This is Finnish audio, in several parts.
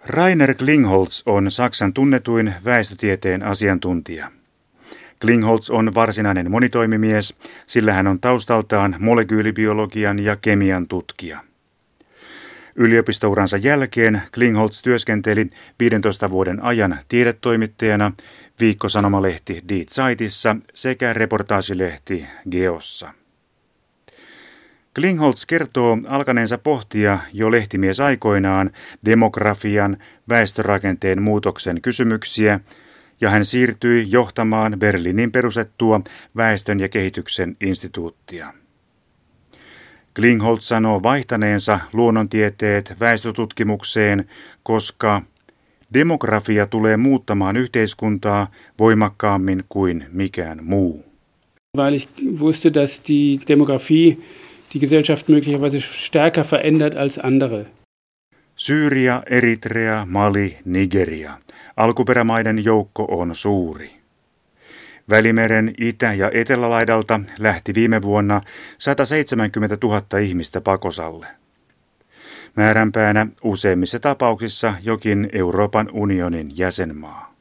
Rainer Klingholz on Saksan tunnetuin väestötieteen asiantuntija. Klingholz on varsinainen monitoimimies, sillä hän on taustaltaan molekyylibiologian ja kemian tutkija. Yliopistouransa jälkeen Klingholz työskenteli 15 vuoden ajan tiedetoimittajana viikkosanomalehti Die Zeitissa sekä reportaasilehti Geossa. Klingholz kertoo alkaneensa pohtia jo lehtimiesaikoinaan demografian, väestörakenteen muutoksen kysymyksiä, ja hän siirtyi johtamaan Berliinin perustettua väestön ja kehityksen instituuttia. Klingholz sanoo vaihtaneensa luonnontieteet väestötutkimukseen, koska demografia tulee muuttamaan yhteiskuntaa voimakkaammin kuin mikään muu. Weil ich wusste, dass die Demografie die Gesellschaft möglicherweise stärker verändert als andere. Syyria, Eritrea, Mali, Nigeria. Alkuperämaiden joukko on suuri. Välimeren itä- ja etelälaidalta lähti viime vuonna 170 000 ihmistä pakosalle. Määränpäänä useimmissa tapauksissa jokin Euroopan unionin jäsenmaa.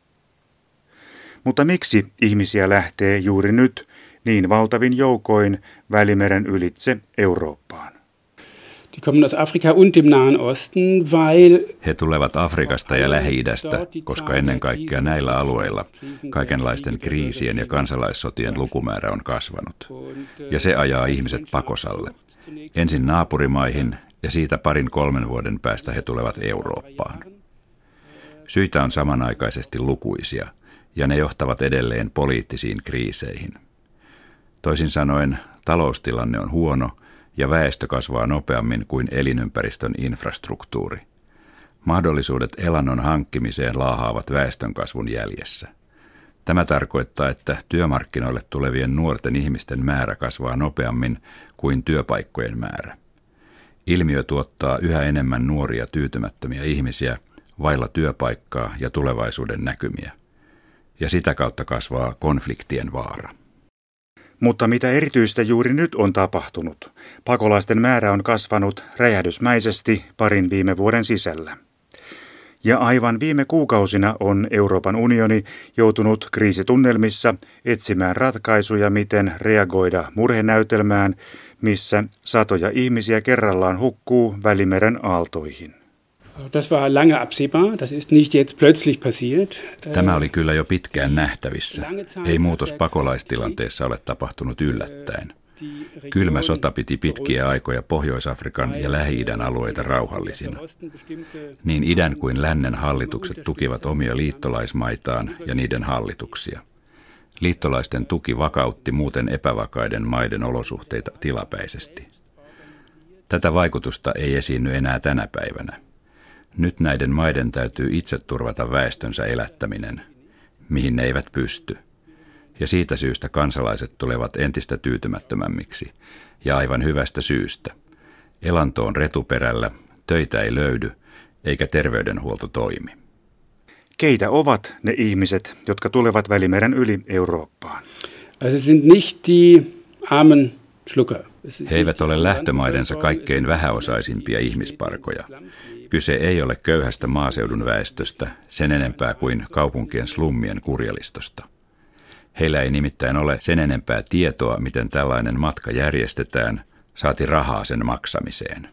Mutta miksi ihmisiä lähtee juuri nyt niin valtavin joukoin Välimeren ylitse Eurooppaan? Die kommen aus Afrika und dem Nahen Osten, weil he tulevat Afrikasta ja Lähi-idästä, koska ennen kaikkea näillä alueilla kaikenlaisten kriisien ja kansalaissotien lukumäärä on kasvanut. Ja se ajaa ihmiset pakosalle. Ensin naapurimaihin ja siitä 2-3 vuoden päästä he tulevat Eurooppaan. Syitä on samanaikaisesti lukuisia ja ne johtavat edelleen poliittisiin kriiseihin. Toisin sanoen taloustilanne on huono ja väestö kasvaa nopeammin kuin elinympäristön infrastruktuuri. Mahdollisuudet elannon hankkimiseen laahaavat väestönkasvun jäljessä. Tämä tarkoittaa, että työmarkkinoille tulevien nuorten ihmisten määrä kasvaa nopeammin kuin työpaikkojen määrä. Ilmiö tuottaa yhä enemmän nuoria tyytymättömiä ihmisiä vailla työpaikkaa ja tulevaisuuden näkymiä. Ja sitä kautta kasvaa konfliktien vaara. Mutta mitä erityistä juuri nyt on tapahtunut? Pakolaisten määrä on kasvanut räjähdysmäisesti 2 viime vuoden sisällä. Ja aivan viime kuukausina on Euroopan unioni joutunut kriisitunnelmissa etsimään ratkaisuja, miten reagoida murhenäytelmään, missä satoja ihmisiä kerrallaan hukkuu Välimeren aaltoihin. Das war lange absehbar, das ist nicht jetzt plötzlich passiert. Tämä oli kyllä jo pitkään nähtävissä. Ei muutos pakolaistilanteessa ole tapahtunut yllättäen. Kylmä sota piti pitkiä aikoja Pohjois-Afrikan ja Lähi-idän alueita rauhallisina. Niin idän kuin lännen hallitukset tukivat omia liittolaismaitaan ja niiden hallituksia. Liittolaisten tuki vakautti muuten epävakaiden maiden olosuhteita tilapäisesti. Tätä vaikutusta ei esiinny enää tänä päivänä. Nyt näiden maiden täytyy itse turvata väestönsä elättäminen, mihin ne eivät pysty. Ja siitä syystä kansalaiset tulevat entistä tyytymättömämmiksi, ja aivan hyvästä syystä. Elanto on retuperällä, töitä ei löydy, eikä terveydenhuolto toimi. Keitä ovat ne ihmiset, jotka tulevat Välimeren yli Eurooppaan? Also sind nicht die armen Schlucker. He eivät ole lähtömaidensa kaikkein vähäosaisimpia ihmisparkoja. Kyse ei ole köyhästä maaseudun väestöstä, sen enempää kuin kaupunkien slummien kurjalistosta. Heillä ei nimittäin ole sen enempää tietoa, miten tällainen matka järjestetään, saati rahaa sen maksamiseen.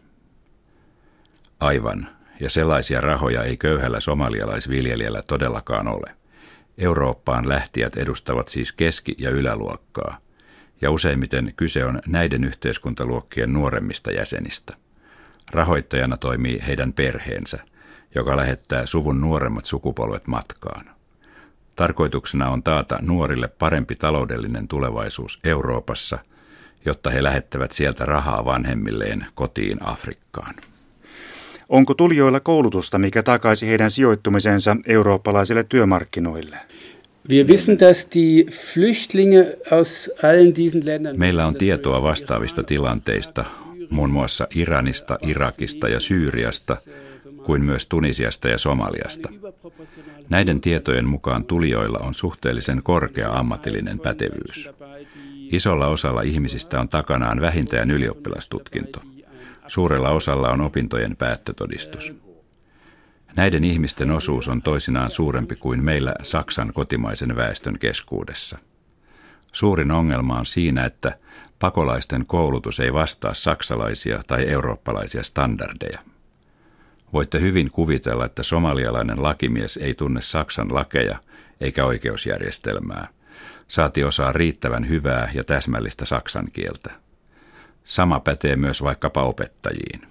Aivan, ja sellaisia rahoja ei köyhällä somalialaisviljelijällä todellakaan ole. Eurooppaan lähtijät edustavat siis keski- ja yläluokkaa, ja useimmiten kyse on näiden yhteiskuntaluokkien nuoremmista jäsenistä. Rahoittajana toimii heidän perheensä, joka lähettää suvun nuoremmat sukupolvet matkaan. Tarkoituksena on taata nuorille parempi taloudellinen tulevaisuus Euroopassa, jotta he lähettävät sieltä rahaa vanhemmilleen kotiin Afrikkaan. Onko tulijoilla koulutusta, mikä takaisi heidän sijoittumisensa eurooppalaisille työmarkkinoille? Wir wissen, dass die Flüchtlinge aus allen diesen Ländern. Meillä on tietoa vastaavista tilanteista, muun muassa Iranista, Irakista ja Syyriasta, kuin myös Tunisiasta ja Somaliasta. Näiden tietojen mukaan tulijoilla on suhteellisen korkea ammatillinen pätevyys. Isolla osalla ihmisistä on takanaan vähintään ylioppilastutkinto. Suurella osalla on opintojen päättötodistus. Näiden ihmisten osuus on toisinaan suurempi kuin meillä Saksan kotimaisen väestön keskuudessa. Suurin ongelma on siinä, että pakolaisten koulutus ei vastaa saksalaisia tai eurooppalaisia standardeja. Voitte hyvin kuvitella, että somalialainen lakimies ei tunne Saksan lakeja eikä oikeusjärjestelmää. Saati osaa riittävän hyvää ja täsmällistä saksan kieltä. Sama pätee myös vaikkapa opettajiin.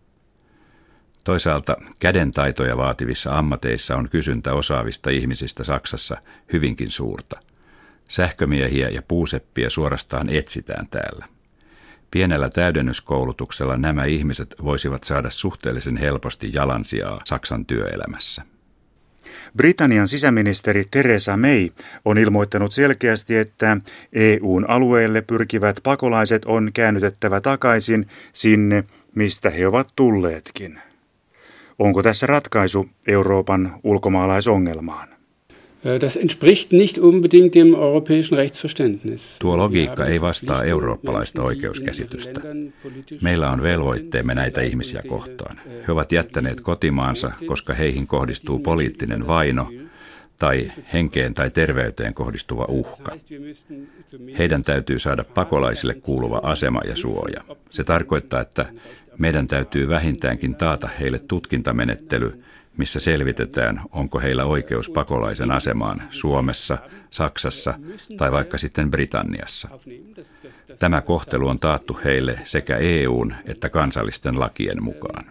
Toisaalta kädentaitoja vaativissa ammateissa on kysyntä osaavista ihmisistä Saksassa hyvinkin suurta. Sähkömiehiä ja puuseppiä suorastaan etsitään täällä. Pienellä täydennyskoulutuksella nämä ihmiset voisivat saada suhteellisen helposti jalansijaa Saksan työelämässä. Britannian sisäministeri Theresa May on ilmoittanut selkeästi, että EU:n alueelle pyrkivät pakolaiset on käännytettävä takaisin sinne, mistä he ovat tulleetkin. Onko tässä ratkaisu Euroopan ulkomaalaisongelmaan? Das entspricht nicht unbedingt dem europäischen Rechtsverständnis. Tuo logiikka ei vastaa eurooppalaista oikeuskäsitystä. Meillä on velvoitteemme näitä ihmisiä kohtaan. He ovat jättäneet kotimaansa, koska heihin kohdistuu poliittinen vaino tai henkeen tai terveyteen kohdistuva uhka. Heidän täytyy saada pakolaisille kuuluva asema ja suoja. Se tarkoittaa, että meidän täytyy vähintäänkin taata heille tutkintamenettely, missä selvitetään, onko heillä oikeus pakolaisen asemaan Suomessa, Saksassa tai vaikka sitten Britanniassa. Tämä kohtelu on taattu heille sekä EU:n että kansallisten lakien mukaan.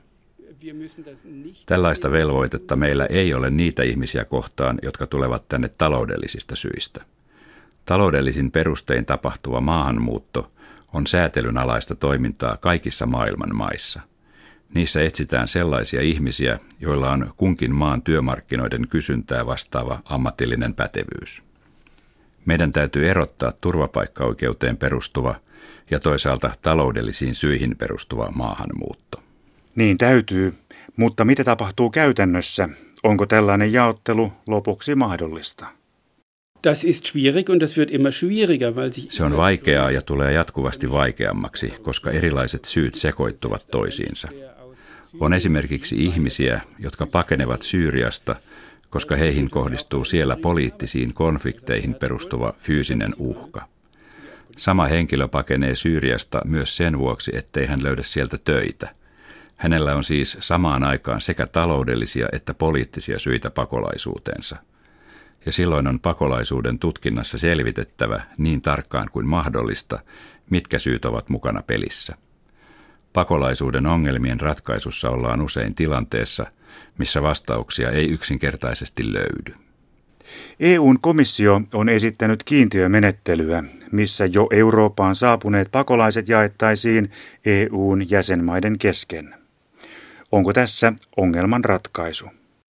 Tällaista velvoitetta meillä ei ole niitä ihmisiä kohtaan, jotka tulevat tänne taloudellisista syistä. Taloudellisin perustein tapahtuva maahanmuutto on säätelyn alaista toimintaa kaikissa maailman maissa. Niissä etsitään sellaisia ihmisiä, joilla on kunkin maan työmarkkinoiden kysyntää vastaava ammatillinen pätevyys. Meidän täytyy erottaa turvapaikkaoikeuteen perustuva ja toisaalta taloudellisiin syihin perustuva maahanmuutto. Niin täytyy, mutta mitä tapahtuu käytännössä? Onko tällainen jaottelu lopuksi mahdollista? Das ist schwierig und das wird immer schwieriger, weil sich Se on vaikeaa ja tulee jatkuvasti vaikeammaksi, koska erilaiset syyt sekoittuvat toisiinsa. On esimerkiksi ihmisiä, jotka pakenevat Syyriasta, koska heihin kohdistuu siellä poliittisiin konflikteihin perustuva fyysinen uhka. Sama henkilö pakenee Syyriasta myös sen vuoksi, ettei hän löydä sieltä töitä. Hänellä on siis samaan aikaan sekä taloudellisia että poliittisia syitä pakolaisuuteensa. Ja silloin on pakolaisuuden tutkinnassa selvitettävä niin tarkkaan kuin mahdollista, mitkä syyt ovat mukana pelissä. Pakolaisuuden ongelmien ratkaisussa ollaan usein tilanteessa, missä vastauksia ei yksinkertaisesti löydy. EU:n komissio on esittänyt kiintiömenettelyä, missä jo Eurooppaan saapuneet pakolaiset jaettaisiin EU:n jäsenmaiden kesken. Onko tässä ongelman ratkaisu?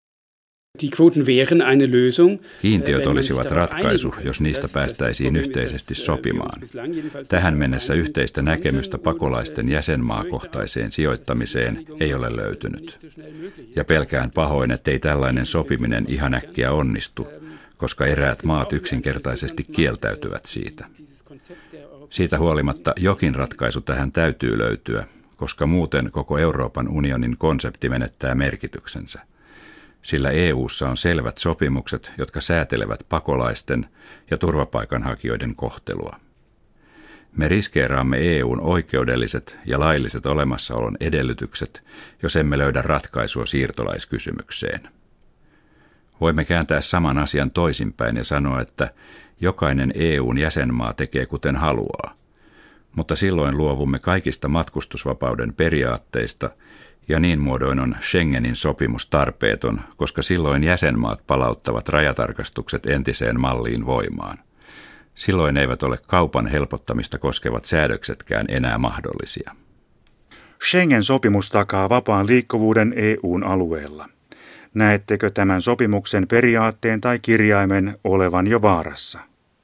Kiintiöt olisivat ratkaisu, jos niistä päästäisiin yhteisesti sopimaan. Tähän mennessä yhteistä näkemystä pakolaisten jäsenmaakohtaiseen sijoittamiseen ei ole löytynyt. Ja pelkään pahoin, ettei tällainen sopiminen ihan äkkiä onnistu, koska eräät maat yksinkertaisesti kieltäytyvät siitä. Siitä huolimatta jokin ratkaisu tähän täytyy löytyä, koska muuten koko Euroopan unionin konsepti menettää merkityksensä. Sillä EU:ssa on selvät sopimukset, jotka säätelevät pakolaisten ja turvapaikanhakijoiden kohtelua. Me riskeeraamme EU:n oikeudelliset ja lailliset olemassaolon edellytykset, jos emme löydä ratkaisua siirtolaiskysymykseen. Voimme kääntää saman asian toisinpäin ja sanoa, että jokainen EU:n jäsenmaa tekee kuten haluaa, mutta silloin luovumme kaikista matkustusvapauden periaatteista, ja niin muodoin on Schengenin sopimus tarpeeton, koska silloin jäsenmaat palauttavat rajatarkastukset entiseen malliin voimaan. Silloin eivät ole kaupan helpottamista koskevat säädöksetkään enää mahdollisia. Schengen-sopimus takaa vapaan liikkuvuuden EU:n alueella. Näettekö tämän sopimuksen periaatteen tai kirjaimen olevan jo vaarassa?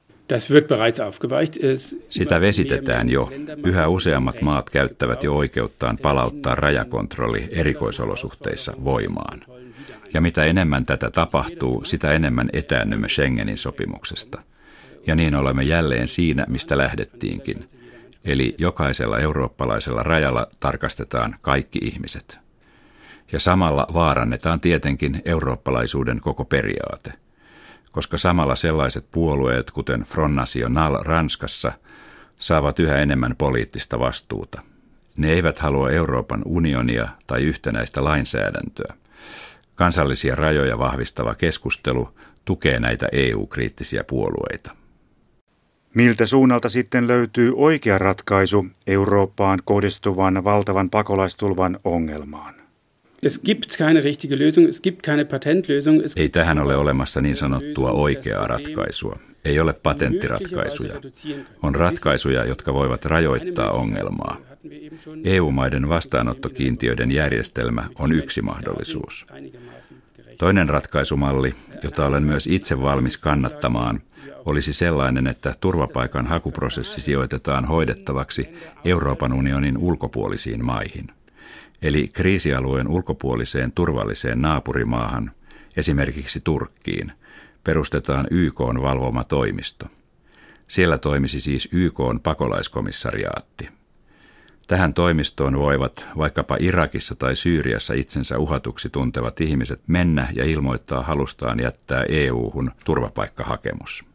Sitä vesitetään jo. Yhä useammat maat käyttävät jo oikeuttaan palauttaa rajakontrolli erikoisolosuhteissa voimaan. Ja mitä enemmän tätä tapahtuu, sitä enemmän etäännymme Schengenin sopimuksesta. Ja niin olemme jälleen siinä, mistä lähdettiinkin. Eli jokaisella eurooppalaisella rajalla tarkastetaan kaikki ihmiset. Ja samalla vaarannetaan tietenkin eurooppalaisuuden koko periaate, koska samalla sellaiset puolueet, kuten Front National Ranskassa, saavat yhä enemmän poliittista vastuuta. Ne eivät halua Euroopan unionia tai yhtenäistä lainsäädäntöä. Kansallisia rajoja vahvistava keskustelu tukee näitä EU-kriittisiä puolueita. Miltä suunnalta sitten löytyy oikea ratkaisu Eurooppaan kohdistuvan valtavan pakolaistulvan ongelmaan? Es gibt keine richtige Lösung, es gibt keine Patentlösung. Ei tähän ole olemassa niin sanottua oikeaa ratkaisua. Ei ole patenttiratkaisuja. On ratkaisuja, jotka voivat rajoittaa ongelmaa. EU-maiden vastaanottokiintiöiden järjestelmä on yksi mahdollisuus. Toinen ratkaisumalli, jota olen myös itse valmis kannattamaan, olisi sellainen, että turvapaikan hakuprosessi sijoitetaan hoidettavaksi Euroopan unionin ulkopuolisiin maihin. Eli kriisialueen ulkopuoliseen turvalliseen naapurimaahan, esimerkiksi Turkkiin, perustetaan YK:n valvoma toimisto. Siellä toimisi siis YK:n pakolaiskomissariaatti. Tähän toimistoon voivat vaikkapa Irakissa tai Syyriassa itsensä uhatuksi tuntevat ihmiset mennä ja ilmoittaa halustaan jättää EU-hun turvapaikkahakemus.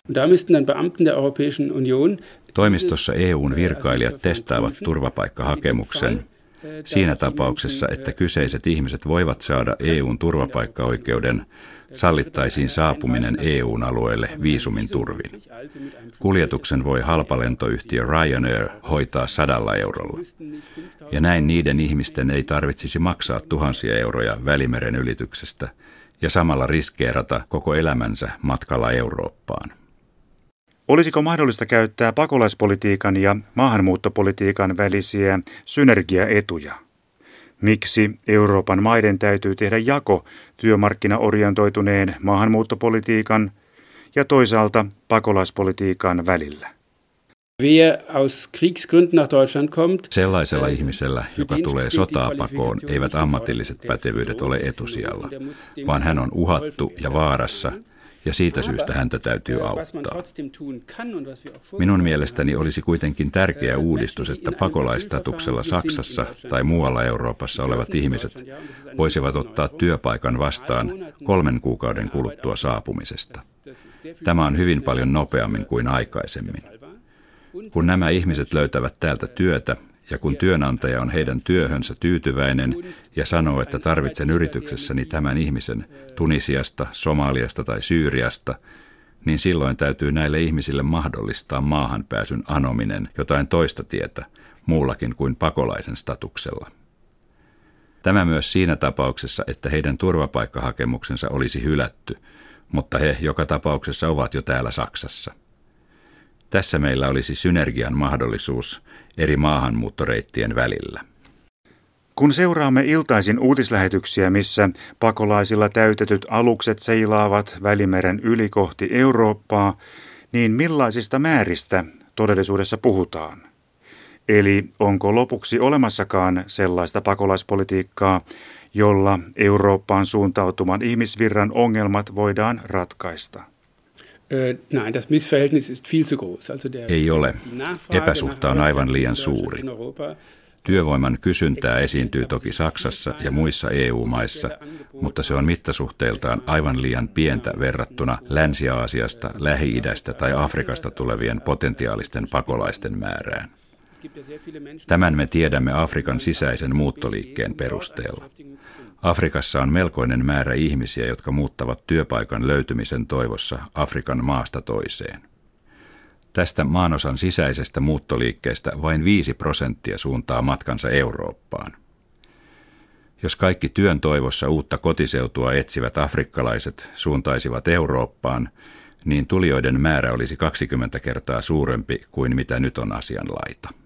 Toimistossa EU:n virkailijat testaavat turvapaikkahakemuksen siinä tapauksessa, että kyseiset ihmiset voivat saada EU:n turvapaikkaoikeuden, sallittaisiin saapuminen EU:n alueelle viisumin turvin. Kuljetuksen voi halpalentoyhtiö Ryanair hoitaa 100 eurolla. Ja näin niiden ihmisten ei tarvitsisi maksaa tuhansia euroja Välimeren ylityksestä ja samalla riskeerata koko elämänsä matkalla Eurooppaan. Olisiko mahdollista käyttää pakolaispolitiikan ja maahanmuuttopolitiikan välisiä synergiaetuja? Miksi Euroopan maiden täytyy tehdä jako työmarkkinaorientoituneen maahanmuuttopolitiikan ja toisaalta pakolaispolitiikan välillä? Sellaisella ihmisellä, joka tulee sotaa pakoon, eivät ammatilliset pätevyydet ole etusijalla, vaan hän on uhattu ja vaarassa, ja siitä syystä häntä täytyy auttaa. Minun mielestäni olisi kuitenkin tärkeä uudistus, että pakolaistatuksella Saksassa tai muualla Euroopassa olevat ihmiset voisivat ottaa työpaikan vastaan 3 kuukauden kuluttua saapumisesta. Tämä on hyvin paljon nopeammin kuin aikaisemmin. Kun nämä ihmiset löytävät täältä työtä, ja kun työnantaja on heidän työhönsä tyytyväinen ja sanoo, että tarvitsen yrityksessäni tämän ihmisen Tunisiasta, Somaliasta tai Syyriasta, niin silloin täytyy näille ihmisille mahdollistaa maahanpääsyn anominen jotain toista tietä, muullakin kuin pakolaisen statuksella. Tämä myös siinä tapauksessa, että heidän turvapaikkahakemuksensa olisi hylätty, mutta he joka tapauksessa ovat jo täällä Saksassa. Tässä meillä olisi synergian mahdollisuus eri maahanmuuttoreittien välillä. Kun seuraamme iltaisin uutislähetyksiä, missä pakolaisilla täytetyt alukset seilaavat Välimeren yli kohti Eurooppaa, niin millaisista määristä todellisuudessa puhutaan? Eli onko lopuksi olemassakaan sellaista pakolaispolitiikkaa, jolla Eurooppaan suuntautuman ihmisvirran ongelmat voidaan ratkaista? Nein, das Missverhältnis ist viel zu groß. Ei ole. Epäsuhta on aivan liian suuri. Työvoiman kysyntää esiintyy toki Saksassa ja muissa EU-maissa, mutta se on mittasuhteiltaan aivan liian pientä verrattuna Länsi-Aasiasta, Lähi-idästä tai Afrikasta tulevien potentiaalisten pakolaisten määrään. Tämän me tiedämme Afrikan sisäisen muuttoliikkeen perusteella. Afrikassa on melkoinen määrä ihmisiä, jotka muuttavat työpaikan löytymisen toivossa Afrikan maasta toiseen. Tästä maanosan sisäisestä muuttoliikkeestä vain 5% suuntaa matkansa Eurooppaan. Jos kaikki työn toivossa uutta kotiseutua etsivät afrikkalaiset suuntaisivat Eurooppaan, niin tulijoiden määrä olisi 20 kertaa suurempi kuin mitä nyt on asianlaita.